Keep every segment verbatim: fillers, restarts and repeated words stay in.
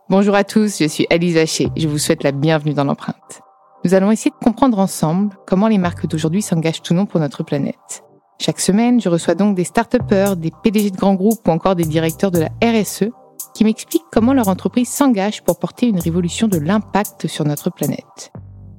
Bonjour à tous, je suis Alice Vacher. Je vous souhaite la bienvenue dans l'empreinte. Nous allons essayer de comprendre ensemble comment les marques d'aujourd'hui s'engagent ou non pour notre planète. Chaque semaine, je reçois donc des start-upers, des P D G de grands groupes ou encore des directeurs de la R S E qui m'expliquent comment leur entreprise s'engage pour porter une révolution de l'impact sur notre planète.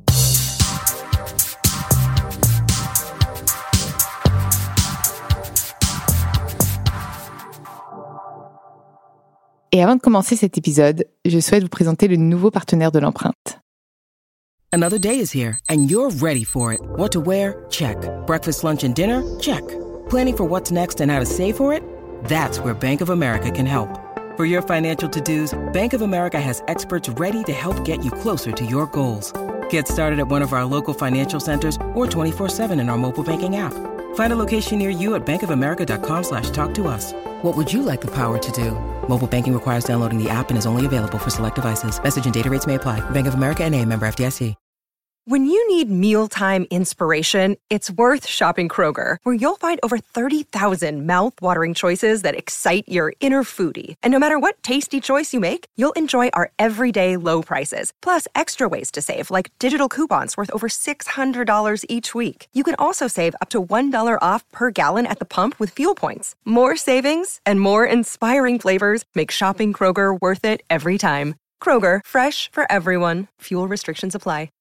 Et avant de commencer cet épisode, je souhaite vous présenter le nouveau partenaire de l'empreinte. Another day is here and you're ready for it. What to wear? Check. Breakfast, lunch and dinner? Check. Planning for what's next and how to save for it? That's where Bank of America can help. For your financial to-dos, Bank of America has experts ready to help get you closer to your goals. Get started at one of our local financial centers or twenty-four seven in our mobile banking app. Find a location near you at bankofamerica.com slash talk to us. What would you like the power to do? Mobile banking requires downloading the app and is only available for select devices. Message and data rates may apply. Bank of America N A, member F D I C. When you need mealtime inspiration, it's worth shopping Kroger, where you'll find over thirty thousand mouth-watering choices that excite your inner foodie. And no matter what tasty choice you make, you'll enjoy our everyday low prices, plus extra ways to save, like digital coupons worth over six hundred dollars each week. You can also save up to one dollar off per gallon at the pump with fuel points. More savings and more inspiring flavors make shopping Kroger worth it every time. Kroger, fresh for everyone. Fuel restrictions apply.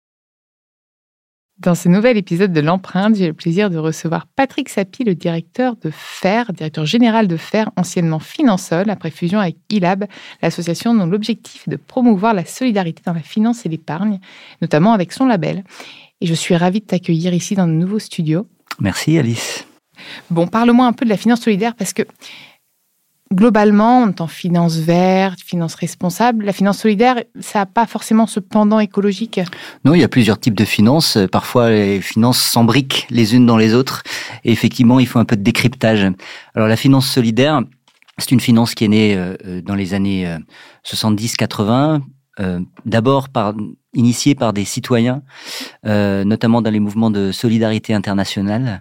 Dans ce nouvel épisode de l'empreinte, j'ai le plaisir de recevoir Patrick Sapie, le directeur de F E R, directeur général de F E R, anciennement Finansol, après fusion avec ILAB, l'association dont l'objectif est de promouvoir la solidarité dans la finance et l'épargne, notamment avec son label. Et je suis ravie de t'accueillir ici dans nos nouveaux studios. Merci Alice. Bon, parle-moi un peu de la finance solidaire parce que globalement, on entend finance verte, finance responsable. La finance solidaire, ça n'a pas forcément ce pendant écologique. Non, il y a plusieurs types de finances. Parfois, les finances s'embriquent les unes dans les autres. Et effectivement, il faut un peu de décryptage. Alors, la finance solidaire, c'est une finance qui est née euh, dans les années euh, soixante-dix quatre-vingts. Euh, d'abord par initié par des citoyens, euh, notamment dans les mouvements de solidarité internationale,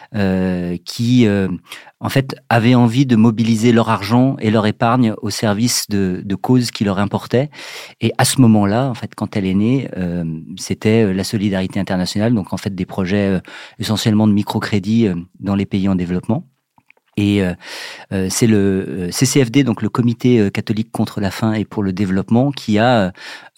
euh, qui euh, en fait avaient envie de mobiliser leur argent et leur épargne au service de, de causes qui leur importaient. Et à ce moment-là, en fait, quand elle est née, euh, c'était la solidarité internationale, donc en fait des projets euh, essentiellement de microcrédit euh, dans les pays en développement. Et euh, c'est le C C F D, donc le Comité catholique contre la faim et pour le développement, qui a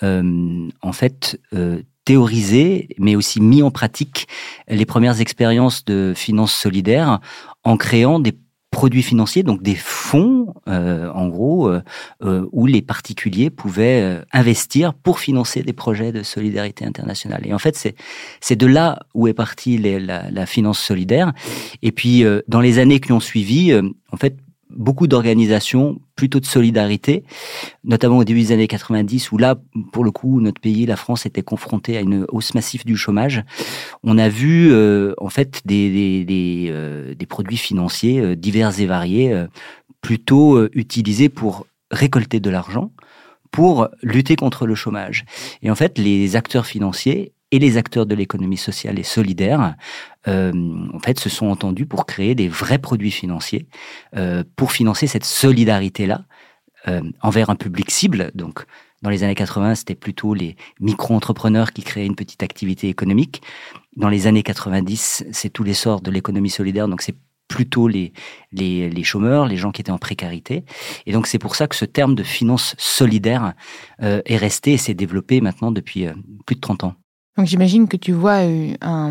euh, en fait euh, théorisé, mais aussi mis en pratique les premières expériences de finance solidaire en créant des produits financiers, donc des fonds, euh, en gros, euh, euh, où les particuliers pouvaient euh, investir pour financer des projets de solidarité internationale. Et en fait, c'est c'est de là où est partie les, la, la finance solidaire. Et puis, euh, dans les années qui ont suivi, euh, en fait, beaucoup d'organisations plutôt de solidarité, notamment au début des années quatre-vingt-dix, où là, pour le coup, notre pays, la France, était confronté à une hausse massive du chômage. On a vu, euh, en fait, des, des, des, euh, des produits financiers euh, divers et variés, euh, plutôt euh, utilisés pour récolter de l'argent, pour lutter contre le chômage. Et en fait, les acteurs financiers et les acteurs de l'économie sociale et solidaire, euh, en fait, se sont entendus pour créer des vrais produits financiers, euh, pour financer cette solidarité-là euh, envers un public cible. Donc, dans les années quatre-vingts, c'était plutôt les micro-entrepreneurs qui créaient une petite activité économique. Dans les années quatre-vingt-dix, c'est tout l'essor de l'économie solidaire, donc c'est plutôt les, les, les chômeurs, les gens qui étaient en précarité. Et donc, c'est pour ça que ce terme de finance solidaire euh, est resté et s'est développé maintenant depuis euh, plus de trente ans. Donc j'imagine que tu vois un,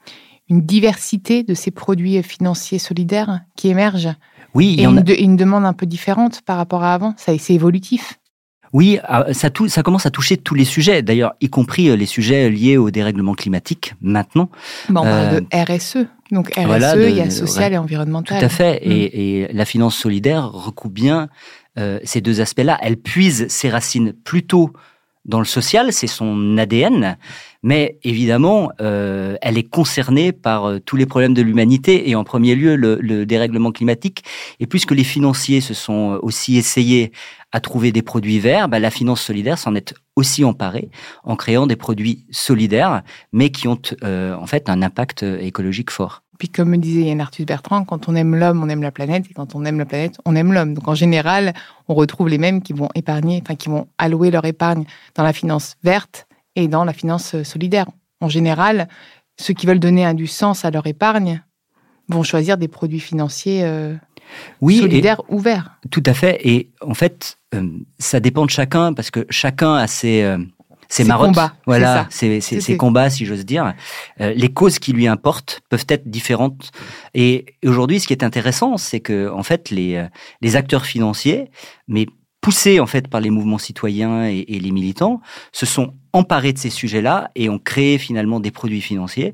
une diversité de ces produits financiers solidaires qui émergent. Oui, il et y en a... une, de, une demande un peu différente par rapport à avant. Ça, c'est évolutif. Oui, ça, tou- ça commence à toucher tous les sujets, d'ailleurs, y compris les sujets liés au dérèglement climatique, maintenant. Bon, on parle euh, de R S E. Donc R S E, voilà, de, il y a social ouais, et environnemental. Tout à fait. Mmh. Et, et la finance solidaire recoupe bien euh, ces deux aspects-là. Elle puise ses racines plutôt dans le social, c'est son A D N, mais évidemment, euh, elle est concernée par euh, tous les problèmes de l'humanité, et en premier lieu le, le dérèglement climatique. Et puisque les financiers se sont aussi essayés à trouver des produits verts, bah, la finance solidaire s'en est aussi emparée en créant des produits solidaires, mais qui ont euh, en fait un impact écologique fort. Puis comme me disait Yann Arthus Bertrand, quand on aime l'homme, on aime la planète, et quand on aime la planète, on aime l'homme. Donc en général, on retrouve les mêmes qui vont épargner, enfin qui vont allouer leur épargne dans la finance verte et dans la finance solidaire. En général, ceux qui veulent donner un du sens à leur épargne vont choisir des produits financiers euh, oui, solidaires ou verts. Tout à fait. Et en fait, euh, ça dépend de chacun, parce que chacun a ses... Euh Ses marottes, combats, voilà, ses, ses, ses combats, si j'ose dire. Euh, les causes qui lui importent peuvent être différentes. Et aujourd'hui, ce qui est intéressant, c'est que, en fait, les, les acteurs financiers, mais poussés en fait par les mouvements citoyens et, et les militants, se sont emparés de ces sujets-là et ont créé finalement des produits financiers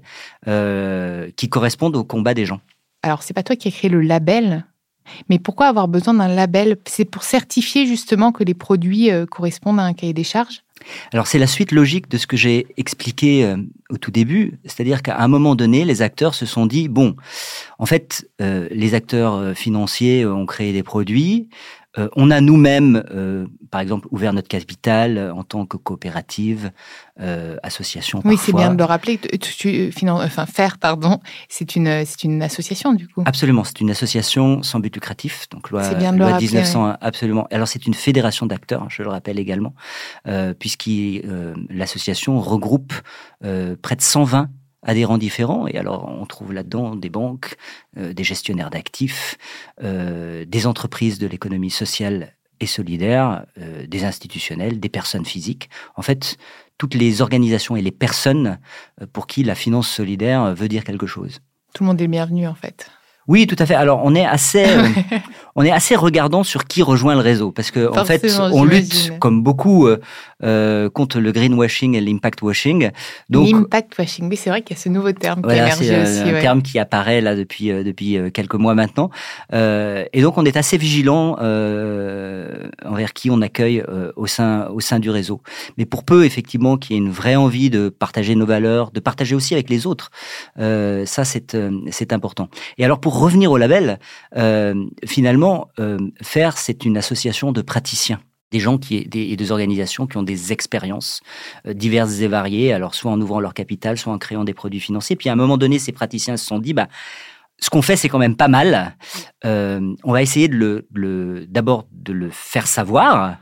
euh, qui correspondent au combat des gens. Alors, c'est pas toi qui as créé le label, mais pourquoi avoir besoin d'un label ? C'est pour certifier justement que les produits euh, correspondent à un cahier des charges ? Alors, c'est la suite logique de ce que j'ai expliqué euh, au tout début, c'est-à-dire qu'à un moment donné, les acteurs se sont dit, bon, en fait, euh, les acteurs financiers ont créé des produits, euh, on a nous-mêmes, euh, par exemple, ouvert notre capital euh, en tant que coopérative, euh, association parfois. Oui, c'est bien de le rappeler, tu, tu, finan... enfin, faire, pardon, c'est une, c'est une association du coup. Absolument, c'est une association sans but lucratif, donc loi, c'est bien de le loi rappeler, mille neuf cents, oui. Absolument. Alors c'est une fédération d'acteurs, je le rappelle également, euh, puisque euh, l'association regroupe euh, près de cent vingt adhérents différents, et alors on trouve là-dedans des banques, euh, des gestionnaires d'actifs, euh, des entreprises de l'économie sociale et solidaire, euh, des institutionnels, des personnes physiques. En fait, toutes les organisations et les personnes pour qui la finance solidaire veut dire quelque chose. Tout le monde est bienvenu en fait. Oui, tout à fait. Alors, on est assez, euh, on est assez regardant sur qui rejoint le réseau, parce que en fait, on j'imagine. lutte comme beaucoup euh, euh, contre le greenwashing et l'impact washing. Donc, l'impact washing, oui, c'est vrai qu'il y a ce nouveau terme qui voilà, émerge c'est aussi. un ouais. terme qui apparaît là depuis euh, depuis quelques mois maintenant. Euh, et donc, on est assez vigilant euh, envers qui on accueille euh, au sein au sein du réseau. Mais pour peu, effectivement, qu'il y ait une vraie envie de partager nos valeurs, de partager aussi avec les autres, euh, ça c'est euh, c'est important. Et alors pour revenir au label, euh, finalement, euh, F A I R, c'est une association de praticiens, des gens qui, des, et des organisations qui ont des expériences euh, diverses et variées, alors soit en ouvrant leur capital, soit en créant des produits financiers. Puis à un moment donné, ces praticiens se sont dit, bah, ce qu'on fait, c'est quand même pas mal. Euh, on va essayer de le, le, d'abord de le faire savoir,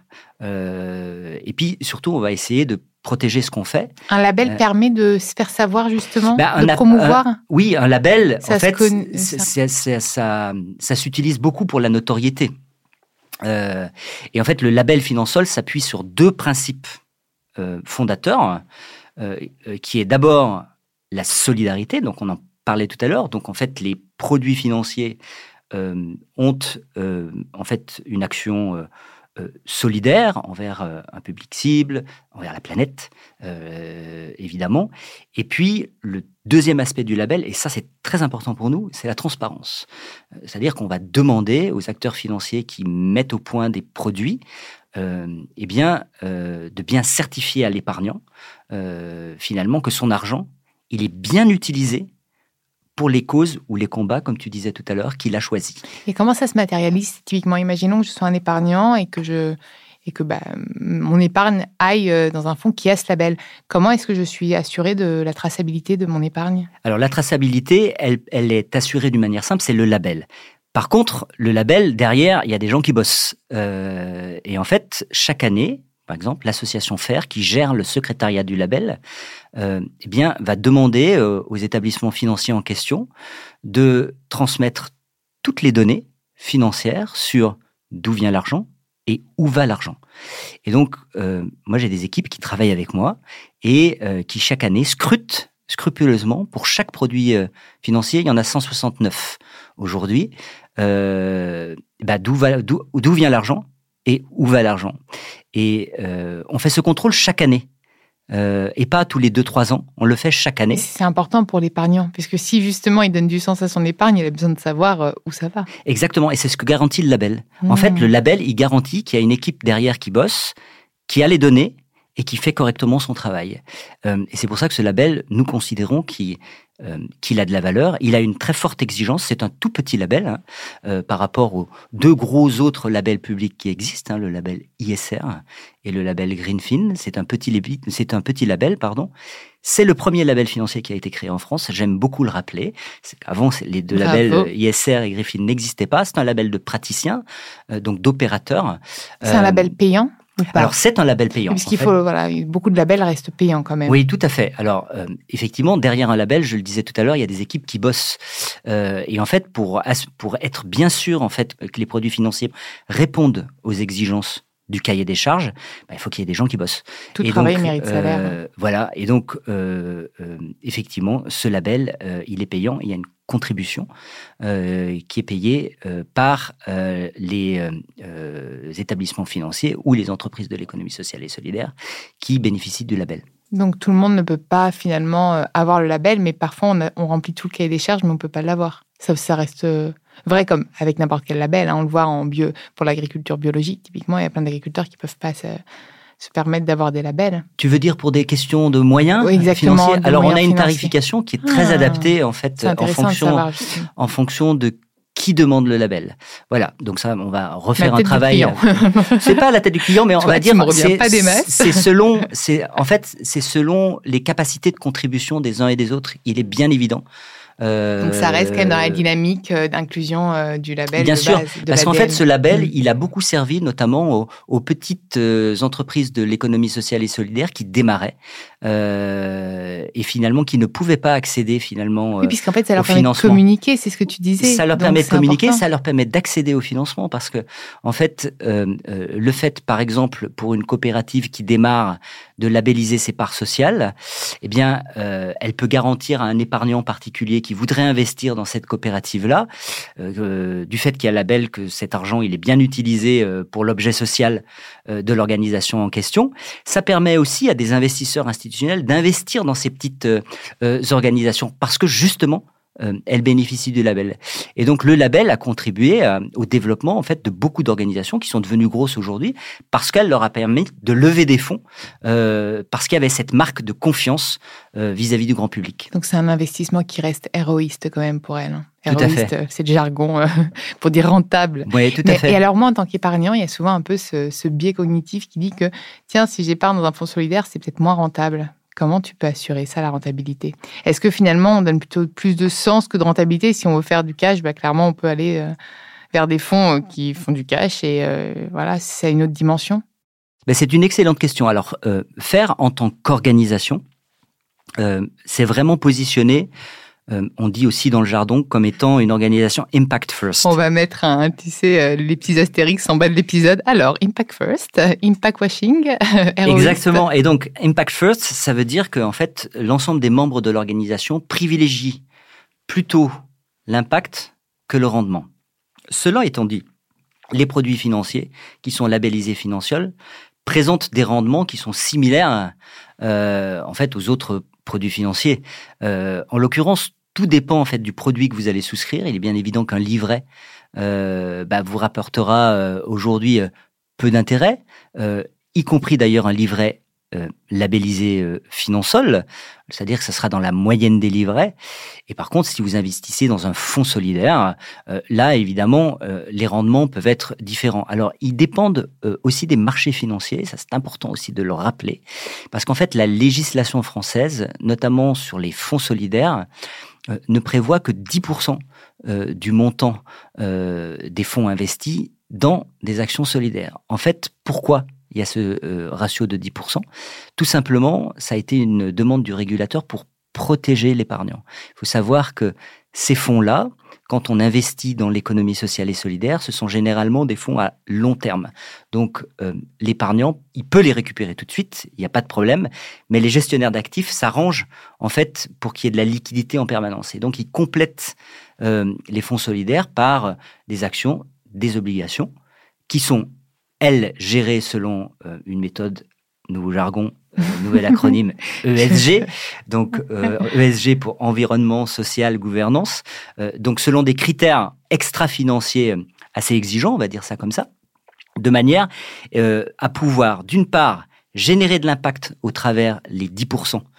euh, et puis surtout, on va essayer de protéger ce qu'on fait. Un label euh, permet de se faire savoir justement, bah, de un, promouvoir. Un, oui, un label, ça en fait, conna... c'est, c'est, c'est, ça, ça s'utilise beaucoup pour la notoriété. Euh, et en fait, le label Finansol s'appuie sur deux principes euh, fondateurs, euh, qui est d'abord la solidarité. Donc, on en parlait tout à l'heure. Donc, en fait, les produits financiers euh, ont euh, en fait une action euh, Euh, solidaire envers euh, un public cible, envers la planète, euh, évidemment. Et puis, le deuxième aspect du label, et ça c'est très important pour nous, c'est la transparence. Euh, c'est-à-dire qu'on va demander aux acteurs financiers qui mettent au point des produits euh, eh bien, euh, de bien certifier à l'épargnant, euh, finalement, que son argent, il est bien utilisé pour les causes ou les combats, comme tu disais tout à l'heure, qu'il a choisis. Et comment ça se matérialise typiquement ? Imaginons que je sois un épargnant et que, je, et que bah, mon épargne aille dans un fonds qui a ce label. Comment est-ce que je suis assurée de la traçabilité de mon épargne ? Alors la traçabilité, elle, elle est assurée d'une manière simple, c'est le label. Par contre, le label, derrière, il y a des gens qui bossent. Euh, et en fait, chaque année, par exemple, l'association F A I R, qui gère le secrétariat du label, euh, eh bien, va demander euh, aux établissements financiers en question de transmettre toutes les données financières sur d'où vient l'argent et où va l'argent. Et donc, euh, moi, j'ai des équipes qui travaillent avec moi et euh, qui, chaque année, scrutent scrupuleusement pour chaque produit euh, financier. Il y en a cent soixante-neuf aujourd'hui. Euh, bah, d'où va, d'où, d'où vient l'argent et où va l'argent. Et euh, on fait ce contrôle chaque année, euh, et pas tous les deux trois ans. On le fait chaque année. Et c'est important pour l'épargnant, parce que si justement il donne du sens à son épargne, il a besoin de savoir euh, où ça va. Exactement, et c'est ce que garantit le label. Mmh. En fait, le label, il garantit qu'il y a une équipe derrière qui bosse, qui a les données et qui fait correctement son travail. Euh, et c'est pour ça que ce label, nous considérons qu'il euh, qu'il a de la valeur. Il a une très forte exigence. C'est un tout petit label hein, euh, par rapport aux deux gros autres labels publics qui existent, hein, le label I S R et le label Greenfin. C'est un petit, c'est un petit label, pardon. C'est le premier label financier qui a été créé en France. J'aime beaucoup le rappeler. Avant, les deux Bravo. labels I S R et Greenfin n'existaient pas. C'est un label de praticiens, euh, donc d'opérateurs. C'est euh, un label payant ou pas? Alors, c'est un label payant. Parce qu'il faut, fait. voilà, beaucoup de labels restent payants quand même. Oui, tout à fait. Alors, euh, effectivement, derrière un label, je le disais tout à l'heure, il y a des équipes qui bossent. Euh, et en fait, pour, pour être bien sûr en fait, que les produits financiers répondent aux exigences du cahier des charges, bah, il faut qu'il y ait des gens qui bossent. Tout et travail donc, mérite salaire. Euh, voilà. Et donc, euh, euh, effectivement, ce label, euh, il est payant. Il y a une contribution euh, qui est payée euh, par euh, les euh, établissements financiers ou les entreprises de l'économie sociale et solidaire qui bénéficient du label. Donc, tout le monde ne peut pas finalement avoir le label, mais parfois, on, a, on remplit tout le cahier des charges, mais on ne peut pas l'avoir. Ça, ça reste vrai comme avec n'importe quel label. Hein. On le voit en bio, pour l'agriculture biologique, typiquement, il y a plein d'agriculteurs qui ne peuvent pas se, se permettre d'avoir des labels. Tu veux dire pour des questions de moyens oui, exactement, financiers? de Alors, moyens on a une financiers. tarification qui est très ah, adaptée, en fait, en fonction, savoir, en fonction de qui demande le label. Voilà, donc ça, on va refaire un travail. C'est pas à la tête du client, mais on Toi, va dire c'est, pas des masses. c'est selon, c'est en fait, c'est selon les capacités de contribution des uns et des autres. Il est bien évident. Euh, Donc ça reste quand même dans la dynamique d'inclusion euh, du label. Bien de sûr, base, de parce l'A D N. qu'en fait, ce label, mmh. il a beaucoup servi notamment aux, aux petites euh, entreprises de l'économie sociale et solidaire qui démarraient euh, et finalement qui ne pouvaient pas accéder finalement. Oui, puisqu'en fait, ça leur permet de communiquer, c'est ce que tu disais. Ça leur Donc, permet de communiquer, important. Ça leur permet d'accéder au financement parce que, en fait, euh, euh, le fait, par exemple, pour une coopérative qui démarre de labelliser ses parts sociales, eh bien, euh, elle peut garantir à un épargnant particulier qui voudrait investir dans cette coopérative-là, euh, du fait qu'il y a un label, que cet argent il est bien utilisé euh, pour l'objet social euh, de l'organisation en question. Ça permet aussi à des investisseurs institutionnels d'investir dans ces petites euh, euh, organisations parce que justement, Euh, elles bénéficient du label. Et donc, le label a contribué euh, au développement, en fait, de beaucoup d'organisations qui sont devenues grosses aujourd'hui parce qu'elle leur a permis de lever des fonds, euh, parce qu'il y avait cette marque de confiance euh, vis-à-vis du grand public. Donc, c'est un investissement qui reste héroïste quand même pour elle. Hein. Tout Héroïste, à fait. C'est le jargon euh, pour dire rentable. Oui, tout Mais, à fait. Et alors, moi, en tant qu'épargnant, il y a souvent un peu ce, ce biais cognitif qui dit que, tiens, si j'épargne dans un fonds solidaire, c'est peut-être moins rentable. Comment tu peux assurer ça, la rentabilité? Est-ce que finalement, on donne plutôt plus de sens que de rentabilité? Si on veut faire du cash, bah, clairement, on peut aller euh, vers des fonds euh, qui font du cash et euh, voilà, c'est une autre dimension. Ben, c'est une excellente question. Alors, euh, faire en tant qu'organisation, euh, c'est vraiment positionner, euh, on dit aussi dans le jargon, comme étant une organisation impact first. On va mettre, un, tu sais, euh, les petits astérix en bas de l'épisode. Alors, impact first, euh, impact washing, euh, Exactement. Et donc, impact first, ça veut dire que, en fait, l'ensemble des membres de l'organisation privilégient plutôt l'impact que le rendement. Cela étant dit, les produits financiers qui sont labellisés financiers présentent des rendements qui sont similaires, euh, en fait, aux autres produits financiers. Euh, en l'occurrence, tout dépend en fait du produit que vous allez souscrire. Il est bien évident qu'un livret euh, bah, vous rapportera euh, aujourd'hui euh, peu d'intérêt, euh, y compris d'ailleurs un livret euh, labellisé euh, Finansol, c'est-à-dire que ça sera dans la moyenne des livrets. Et par contre, si vous investissez dans un fonds solidaire, euh, là évidemment euh, les rendements peuvent être différents. Alors ils dépendent euh, aussi des marchés financiers, ça c'est important aussi de le rappeler, parce qu'en fait la législation française, notamment sur les fonds solidaires, euh, ne prévoit que dix pour cent euh, du montant euh, des fonds investis dans des actions solidaires. En fait, pourquoi il y a ce euh, ratio de dix pour cent? Tout simplement, ça a été une demande du régulateur pour protéger l'épargnant. Il faut savoir que ces fonds-là, quand on investit dans l'économie sociale et solidaire, ce sont généralement des fonds à long terme. Donc, euh, l'épargnant, il peut les récupérer tout de suite, il n'y a pas de problème, mais les gestionnaires d'actifs s'arrangent en fait pour qu'il y ait de la liquidité en permanence. Et donc, ils complètent euh, les fonds solidaires par des actions, des obligations, qui sont, elles, gérées selon euh, une méthode, nouveau jargon, euh, nouvel acronyme E S G, donc euh, E S G pour environnement, social, gouvernance, euh, donc selon des critères extra-financiers assez exigeants, on va dire ça comme ça, de manière euh, à pouvoir, d'une part, générer de l'impact au travers les dix pour cent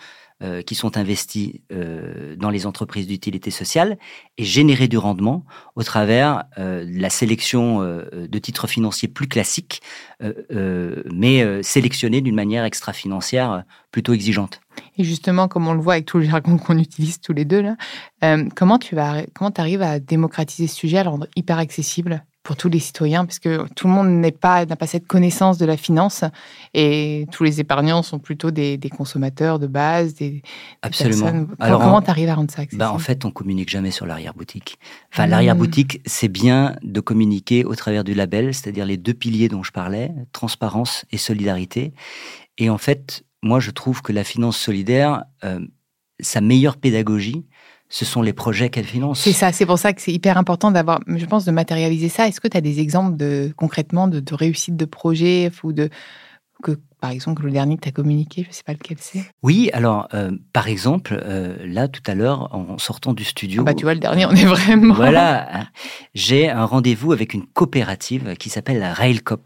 euh, qui sont investis euh, dans les entreprises d'utilité sociale et générer du rendement au travers euh, de la sélection euh, de titres financiers plus classiques, euh, euh, mais euh, sélectionnés d'une manière extra-financière plutôt exigeante. Et justement, comme on le voit avec tout le jargon qu'on utilise tous les deux, là, euh, comment tu vas, comment t'arrives à démocratiser ce sujet, à le rendre hyper accessible pour tous les citoyens, parce que tout le monde n'est pas, n'a pas cette connaissance de la finance, et tous les épargnants sont plutôt des, des consommateurs de base, des, des Absolument. personnes. Alors, comment on, tu arrives à rendre ça accessible? Bah en fait, on communique jamais sur l'arrière-boutique. Enfin, mmh. l'arrière-boutique, c'est bien de communiquer au travers du label, c'est-à-dire les deux piliers dont je parlais, transparence et solidarité. Et en fait, moi, je trouve que la finance solidaire, euh, sa meilleure pédagogie, ce sont les projets qu'elle finance. C'est ça, c'est pour ça que c'est hyper important d'avoir, je pense, de matérialiser ça. Est-ce que tu as des exemples de, concrètement de, de réussite de projet ou de, que, par exemple, le dernier que tu as communiqué, je ne sais pas lequel c'est? Oui, alors, euh, par exemple, euh, là, tout à l'heure, en sortant du studio... Ah bah, tu vois, le dernier, on est vraiment... Voilà, hein, j'ai un rendez-vous avec une coopérative qui s'appelle la Railcoop.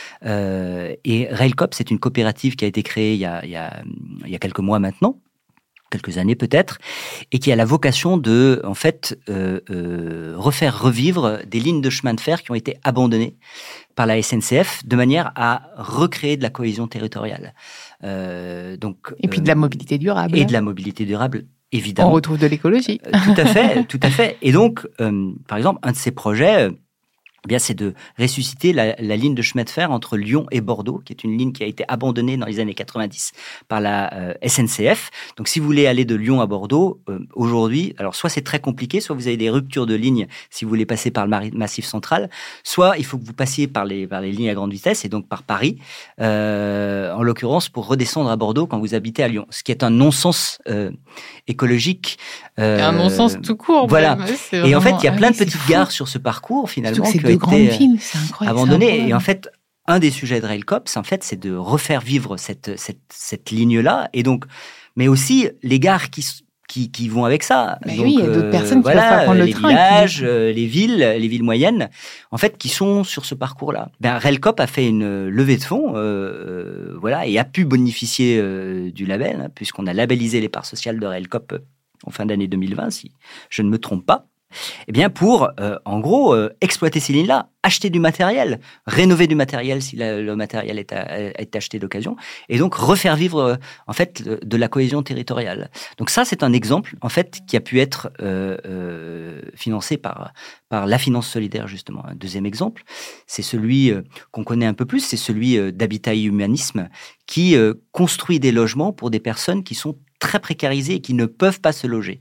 Euh, et Railcoop, c'est une coopérative qui a été créée il y a, il y a, il y a quelques mois maintenant, quelques années peut-être, et qui a la vocation de, en fait, euh, euh, refaire revivre des lignes de chemin de fer qui ont été abandonnées par la S N C F, de manière à recréer de la cohésion territoriale. Euh, donc, et puis de la mobilité durable. Et de la mobilité durable, évidemment. On retrouve de l'écologie. Euh, tout à fait, tout à fait. Et donc, euh, par exemple, un de ces projets... Euh, Eh bien, c'est de ressusciter la, la ligne de chemin de fer entre Lyon et Bordeaux, qui est une ligne qui a été abandonnée dans les années quatre-vingt-dix par la euh, S N C F. Donc, si vous voulez aller de Lyon à Bordeaux, euh, aujourd'hui, alors soit c'est très compliqué, soit vous avez des ruptures de lignes si vous voulez passer par le Massif central, soit il faut que vous passiez par les, par les lignes à grande vitesse, et donc par Paris, euh, en l'occurrence, pour redescendre à Bordeaux quand vous habitez à Lyon. Ce qui est un non-sens euh, écologique. Euh, un non-sens tout court. Voilà. Même. Et vraiment... en fait, il y a plein ah, de petites fou. gares sur ce parcours, finalement, qui ont été villes, c'est incroyable, abandonnées. C'est et en fait, un des sujets de Railcoop, c'est en fait, c'est de refaire vivre cette, cette, cette ligne-là. Et donc, mais aussi les gares qui, qui, qui vont avec ça. Mais donc, oui, il y a d'autres personnes euh, qui voilà, vont prendre le les train. Les villages, puis... les villes, les villes moyennes, en fait, qui sont sur ce parcours-là. Ben, Railcoop a fait une levée de fonds, euh, voilà, et a pu bénéficier euh, du label, hein, puisqu'on a labellisé les parts sociales de Railcoop en fin d'année deux mille vingt, si je ne me trompe pas. Eh bien, pour, euh, en gros, euh, exploiter ces lignes-là, acheter du matériel, rénover du matériel si la, le matériel est, à, est acheté d'occasion, et donc refaire vivre, euh, en fait, de la cohésion territoriale. Donc ça, c'est un exemple, en fait, qui a pu être euh, euh, financé par, par la finance solidaire, justement. Un deuxième exemple, c'est celui euh, qu'on connaît un peu plus, c'est celui euh, d'Habitat et Humanisme, qui euh, construit des logements pour des personnes qui sont très précarisés et qui ne peuvent pas se loger.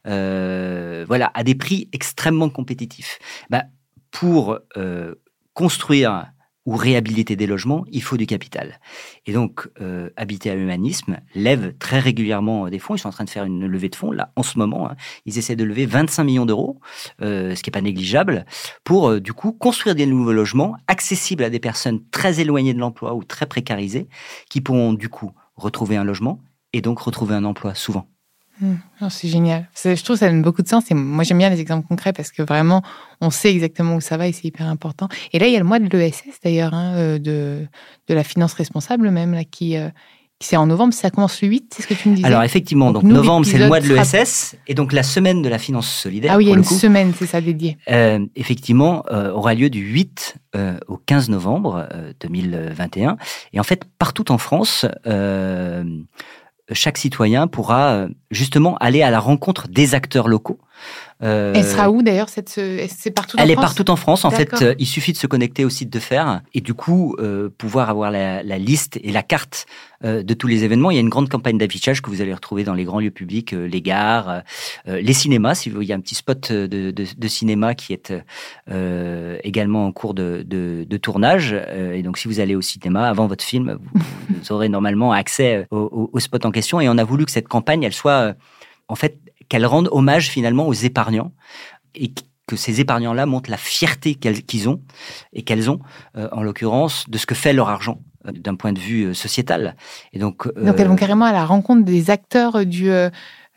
Euh, voilà, à des prix extrêmement compétitifs. Ben, pour euh, construire ou réhabiliter des logements, il faut du capital. Et donc, euh, Habitat et Humanisme lève très régulièrement des fonds. Ils sont en train de faire une levée de fonds, là, en ce moment. Hein. Ils essaient de lever vingt-cinq millions d'euros, euh, ce qui n'est pas négligeable, pour, euh, du coup, construire des nouveaux logements accessibles à des personnes très éloignées de l'emploi ou très précarisées, qui pourront, du coup, retrouver un logement et donc retrouver un emploi, souvent. Mmh, c'est génial. C'est, je trouve que ça donne beaucoup de sens. Et moi, j'aime bien les exemples concrets parce que vraiment, on sait exactement où ça va et c'est hyper important. Et là, il y a le mois de l'E S S, d'ailleurs, hein, de, de la finance responsable même, là, qui... Euh, c'est en novembre, ça commence le huit, c'est ce que tu me disais? Alors effectivement, donc, donc nous, novembre, c'est le mois de l'E S S, et donc la semaine de la finance solidaire. Ah oui, il y a une coup, semaine, c'est ça, dédiée. Euh, effectivement, euh, aura lieu du huit euh, au quinze novembre euh, deux mille vingt et un. Et en fait, partout en France, euh, chaque citoyen pourra justement aller à la rencontre des acteurs locaux. Euh, Elle sera où d'ailleurs cette, c'est partout en Elle France? est partout en France. En D'accord. fait, euh, il suffit de se connecter au site de Faire et du coup euh, pouvoir avoir la, la liste et la carte euh, de tous les événements. Il y a une grande campagne d'affichage que vous allez retrouver dans les grands lieux publics, euh, les gares, euh, les cinémas. Si vous, il y a un petit spot de, de, de cinéma qui est euh, également en cours de, de, de tournage. Euh, et donc, si vous allez au cinéma avant votre film, vous, vous aurez normalement accès au, au, au spot en question. Et on a voulu que cette campagne, elle soit euh, en fait qu'elle rende hommage finalement aux épargnants et que ces épargnants-là montrent la fierté qu'ils ont et qu'elles ont, euh, en l'occurrence, de ce que fait leur argent euh, d'un point de vue euh, sociétal. Et donc, euh, donc elles vont carrément à la rencontre des acteurs du, euh,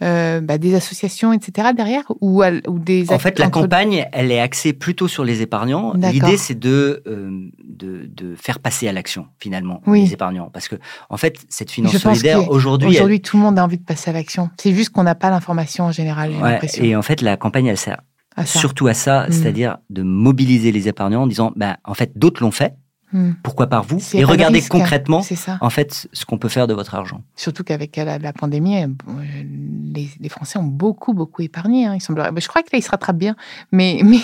euh, bah, des associations, et cetera derrière ou, ou des En fait, la entre... campagne, elle est axée plutôt sur les épargnants. D'accord. L'idée, c'est de, euh, de, de faire passer à l'action, finalement, oui. les épargnants. Parce que, en fait, cette finance Je solidaire, aujourd'hui... Aujourd'hui, elle... tout le monde a envie de passer à l'action. C'est juste qu'on n'a pas l'information en général, j'ai ouais, l'impression. Et en fait, la campagne, elle sert à surtout à ça, mmh. c'est-à-dire de mobiliser les épargnants en disant, bah, en fait, d'autres l'ont fait. Pourquoi par vous? C'est et regardez risque, concrètement, en fait, ce qu'on peut faire de votre argent. Surtout qu'avec la, la pandémie, les, les Français ont beaucoup, beaucoup épargné. Hein, il semblerait. Je crois que là, ils se rattrapent bien, mais, mais,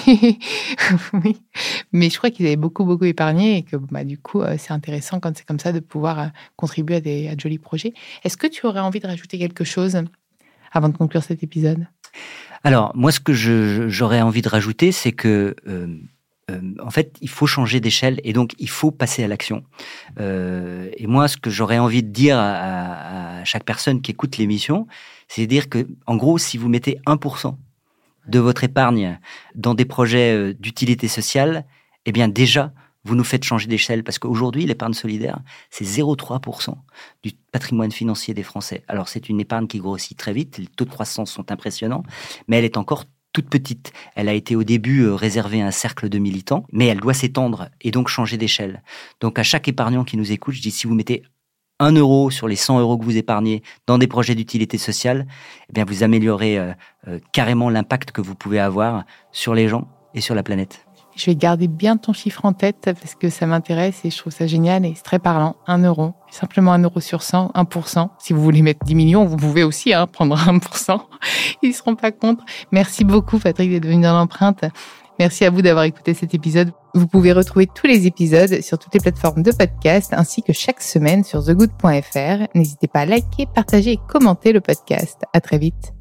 oui. mais je crois qu'ils avaient beaucoup, beaucoup épargné et que, bah, du coup, c'est intéressant quand c'est comme ça de pouvoir contribuer à, des, à de jolis projets. Est-ce que tu aurais envie de rajouter quelque chose avant de conclure cet épisode? Alors, moi, ce que je, j'aurais envie de rajouter, c'est que euh, en fait, il faut changer d'échelle et donc il faut passer à l'action. Euh, et moi, ce que j'aurais envie de dire à, à chaque personne qui écoute l'émission, c'est de dire que, en gros, si vous mettez un pour cent de votre épargne dans des projets d'utilité sociale, eh bien déjà, vous nous faites changer d'échelle parce qu'aujourd'hui, l'épargne solidaire, c'est zéro virgule trois pour cent du patrimoine financier des Français. Alors, c'est une épargne qui grossit très vite, les taux de croissance sont impressionnants, mais elle est encore toute petite. Elle a été au début réservée à un cercle de militants, mais elle doit s'étendre et donc changer d'échelle. Donc à chaque épargnant qui nous écoute, je dis si vous mettez un euro sur les cent euros que vous épargnez dans des projets d'utilité sociale, eh bien vous améliorez euh, euh, carrément l'impact que vous pouvez avoir sur les gens et sur la planète. Je vais garder bien ton chiffre en tête parce que ça m'intéresse et je trouve ça génial et c'est très parlant. Un euro, simplement un euro sur cent, un pour cent. Si vous voulez mettre dix millions, vous pouvez aussi hein, prendre un pour cent. Ils ne seront pas contre. Merci beaucoup, Patrick, d'être venu dans l'empreinte. Merci à vous d'avoir écouté cet épisode. Vous pouvez retrouver tous les épisodes sur toutes les plateformes de podcast ainsi que chaque semaine sur the good point f r. N'hésitez pas à liker, partager et commenter le podcast. À très vite.